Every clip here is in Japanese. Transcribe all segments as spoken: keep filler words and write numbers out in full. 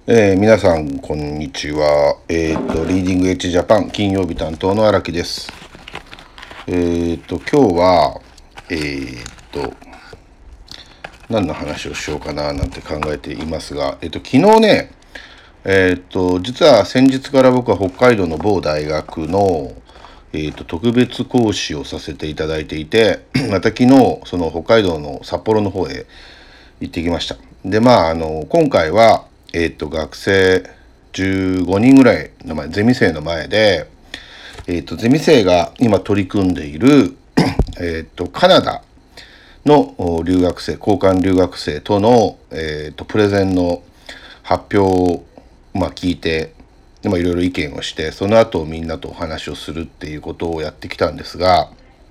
えー皆さんこんにちは。えっ、とリーディングエッジジャパン金曜日担当の荒木です。えっ、と今日はえっ、と何の話をしようかななんて考えていますが、えっ、と昨日ね、えっ、と実は先日から僕は北海道の某大学のえっ、と特別講師をさせていただいていて、また昨日その北海道の札幌の方へ行ってきました。でまああの今回はえっ、と学生じゅうごにんぐらいの前ゼミ生の前で、えっ、とゼミ生が今取り組んでいるえっ、とカナダの留学生交換留学生との、えっ、とプレゼンの発表を、まあ、聞いてで、まあ、いろいろ意見をしてその後みんなとお話をするっていうことをやってきたんですが、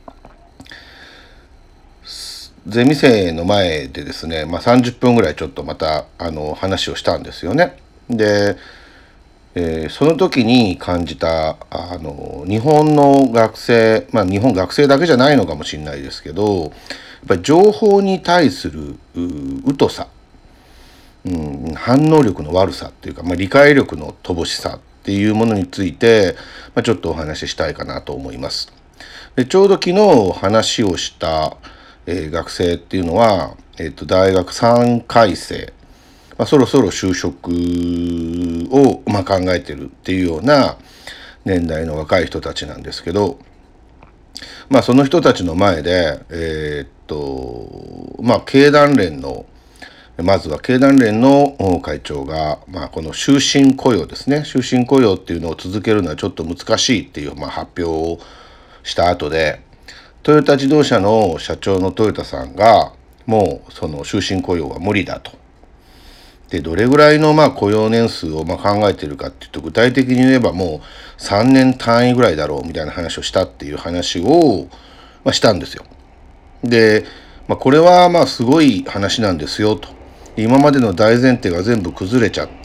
ゼミ生の前でですね、まあ、さんじゅっぷんぐらいちょっとまたあの話をしたんですよね。で、えーその時に感じたあの日本の学生、まあ日本学生だけじゃないのかもしれないですけど、やっぱり情報に対するう疎さ、うん、反応力の悪さっていうか、まあ、理解力の乏しさっていうものについて、まあ、ちょっとお話ししたいかなと思います。でちょうど昨日話をした、えー学生っていうのは、えーと大学さんかい生、まあ、そろそろ就職を、まあ、考えてるっていうような年代の若い人たちなんですけど、まあ、その人たちの前で、えーっとまあ、経団連のまずは経団連の会長が、まあ、この終身雇用ですね、終身雇用っていうのを続けるのはちょっと難しいっていう、まあ、発表をした後で、トヨタ自動車の社長の豊田さんがもうその終身雇用は無理だと。でどれぐらいのまあ雇用年数をまあ考えているかっていうと、具体的に言えばもうさんねん単位ぐらいだろうみたいな話をしたっていう話を、まあ、したんですよ。で、まあ、これはまあすごい話なんですよと。今までの大前提が全部崩れちゃって、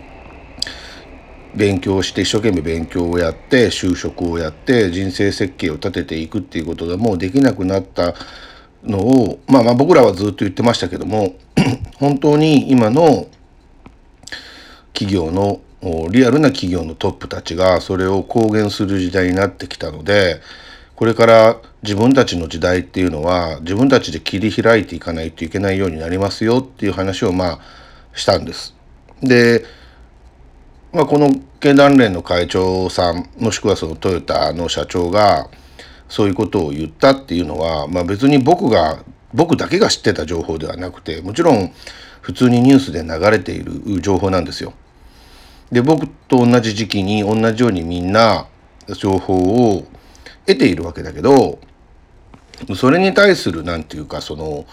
勉強して一生懸命勉強をやって就職をやって人生設計を立てていくっていうことがもうできなくなったのを、まあまあ僕らはずっと言ってましたけども、本当に今の企業のリアルな企業のトップたちがそれを公言する時代になってきたので、これから自分たちの時代っていうのは自分たちで切り開いていかないといけないようになりますよっていう話をまあしたんです。で、まあ、この経団連の会長さんもしくはそのトヨタの社長がそういうことを言ったっていうのは、まあ、別に僕が僕だけが知ってた情報ではなくて、もちろん普通にニュースで流れている情報なんですよ。で僕と同じ時期に同じようにみんな情報を得ているわけだけど、それに対するなんていうかその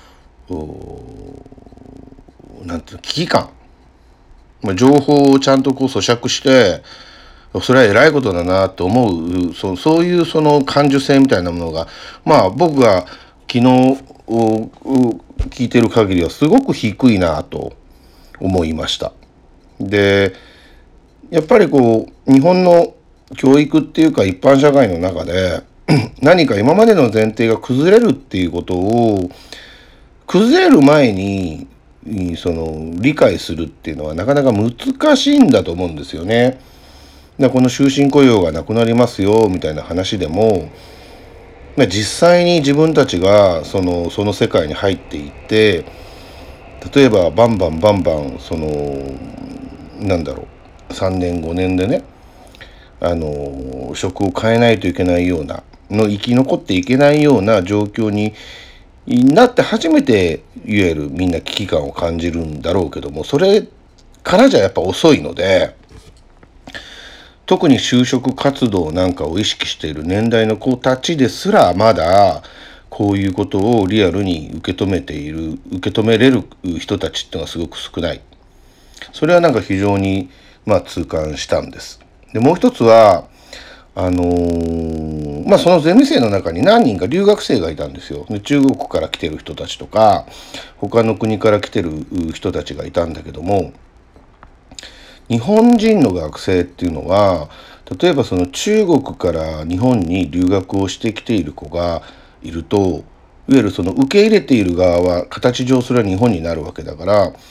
なんていうの危機感、まあ、情報をちゃんとこう咀嚼してそれは偉いことだなと思う、そそういうその感受性みたいなものが、まあ僕が昨日聞いてる限りはすごく低いなと思いました。でやっぱりこう日本の教育っていうか一般社会の中で何か今までの前提が崩れるっていうことを崩れる前にその理解するっていうのはなかなか難しいんだと思うんですよね。でこの終身雇用がなくなりますよみたいな話でも、実際に自分たちがそのその世界に入っていって、例えばバンバンバンバンそのなんだろうさんねんごねんでね、あの職を変えないといけないようなの生き残っていけないような状況になって初めていわゆるみんな危機感を感じるんだろうけども、それからじゃやっぱ遅いので、特に就職活動なんかを意識している年代の子たちですらまだこういうことをリアルに受け止めている受け止めれる人たちっていうのはすごく少ない。それはなんか非常にまあ痛感したんです。でもう一つはあのー、まあそのゼミ生の中に何人か留学生がいたんですよ。で中国から来てる人たちとか他の国から来てる人たちがいたんだけども、日本人の学生っていうのは例えばその中国から日本に留学をしてきている子がいると、いわゆるその受け入れている側は形上それは日本になるわけだから、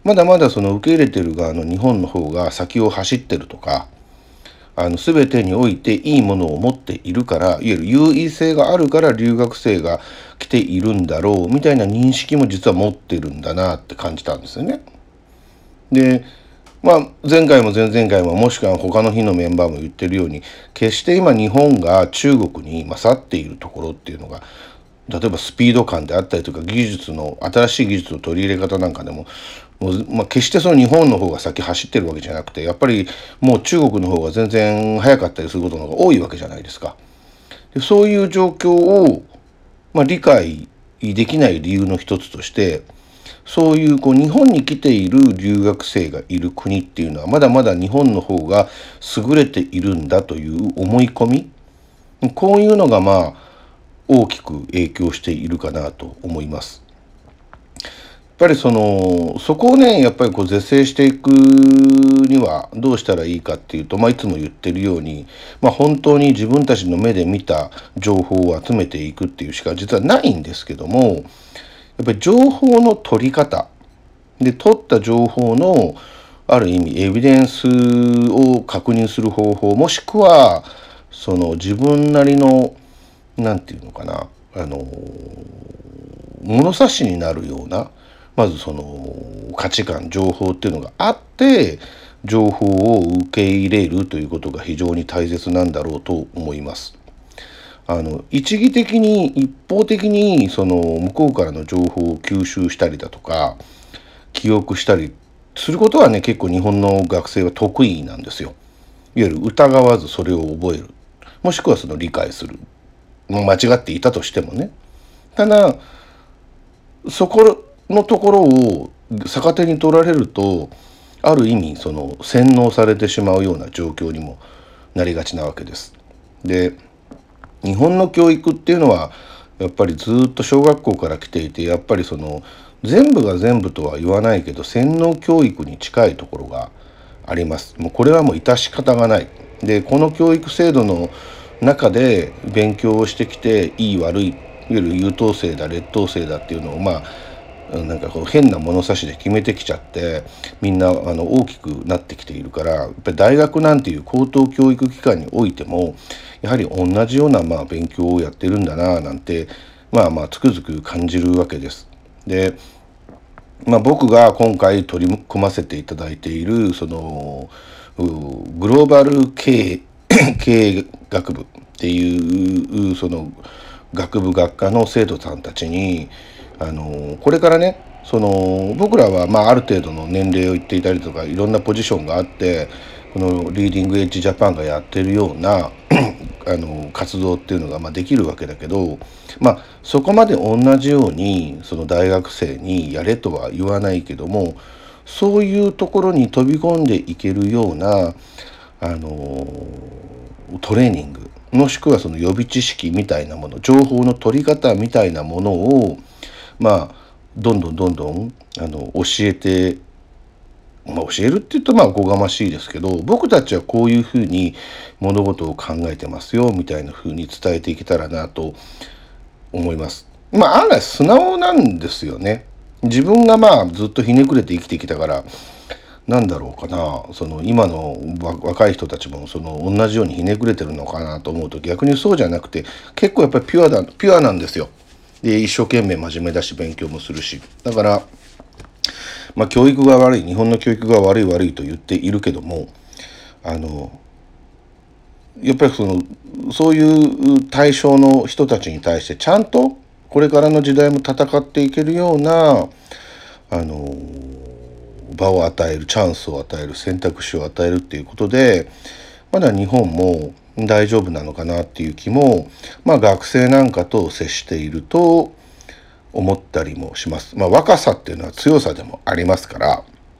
まだまだその受け入れてる側の日本の方が先を走ってるとか、あの全てにおいていいものを持っているから、いわゆる優位性があるから留学生が来ているんだろうみたいな認識も実は持ってるんだなって感じたんですよね。で、まあ前回も前々回ももしくは他の日のメンバーも言ってるように、決して今日本が中国に勝っているところっていうのが、例えばスピード感であったりとか技術の新しい技術の取り入れ方なんかでも、もうまあ、決してその日本の方が先走ってるわけじゃなくて、やっぱりもう中国の方が全然早かったりすることの方が多いわけじゃないですか。でそういう状況を、まあ、理解できない理由の一つとして、そういうこう日本に来ている留学生がいる国っていうのはまだまだ日本の方が優れているんだという思い込み、こういうのがまあ大きく影響しているかなと思います。やっぱりそのそこをねやっぱりこう是正していくにはどうしたらいいかっていうと、まあ、いつも言ってるように、まあ、本当に自分たちの目で見た情報を集めていくっていうしか実はないんですけども、やっぱり情報の取り方で、取った情報のある意味エビデンスを確認する方法、もしくはその自分なりのなんていうのかな、あの物差しになるような、まずその価値観情報っていうのがあって情報を受け入れるということが非常に大切なんだろうと思います。あの一義的に一方的にその向こうからの情報を吸収したりだとか記憶したりすることはね、結構日本の学生は得意なんですよ。いわゆる疑わずそれを覚える、もしくはその理解する、間違っていたとしてもね。ただそこのところを逆手に取られると、ある意味その洗脳されてしまうような状況にもなりがちなわけです。で、日本の教育っていうのはやっぱりずっと小学校から来ていて、やっぱりその全部が全部とは言わないけど洗脳教育に近いところがあります。もうこれはもう致し方がない。で、この教育制度の中で勉強をしてきていい悪い、いわゆる優等生だ劣等生だっていうのをまあなんかこう変な物差しで決めてきちゃって、みんなあの大きくなってきているから、やっぱり大学なんていう高等教育機関においてもやはり同じようなまあ勉強をやってるんだななんてまあまあつくづく感じるわけです。で、まあ、僕が今回取り組ませていただいているそのグローバル経営経営学部っていうその学部学科の生徒さんたちに、あのこれからね、その僕らはまあある程度の年齢を言っていたりとかいろんなポジションがあって、このリーディングエッジジャパンがやってるようなあの活動っていうのがまあできるわけだけど、まあそこまで同じようにその大学生にやれとは言わないけども、そういうところに飛び込んでいけるようなあのトレーニング、もしくはその予備知識みたいなもの、情報の取り方みたいなものをまあどんどんどんどんあの教えて、まあ、教えるって言うとまあおこがましいですけど、僕たちはこういうふうに物事を考えてますよみたいなふうに伝えていけたらなと思います。まあ案外素直なんですよね。自分がまあずっとひねくれて生きてきたから、なんだろうかな、その今の若い人たちもその同じようにひねくれてるのかなと思うと、逆にそうじゃなくて結構やっぱりピュアだピュアなんですよ。で一生懸命真面目だし勉強もするし、だからまあ教育が悪い、日本の教育が悪い悪いと言っているけども、あのやっぱりそのそういう対象の人たちに対してちゃんとこれからの時代も戦っていけるようなあの場を与える、チャンスを与える、選択肢を与えるっていうことで、まだ日本も大丈夫なのかなっていう気も、まあ学生なんかと接していると思ったりもします。まあ若さっていうのは強さでもありますから、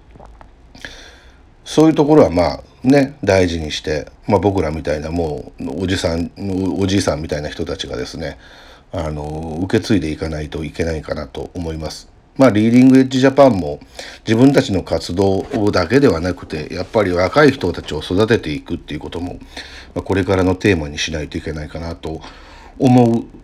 そういうところはまあね大事にして、まあ僕らみたいなもうおじさん、おじいさんみたいな人たちがですね、あの受け継いでいかないといけないかなと思います。まあリーディングエッジジャパンも自分たちの活動だけではなくて、やっぱり若い人たちを育てていくっていうことも、まあ、これからのテーマにしないといけないかなと思う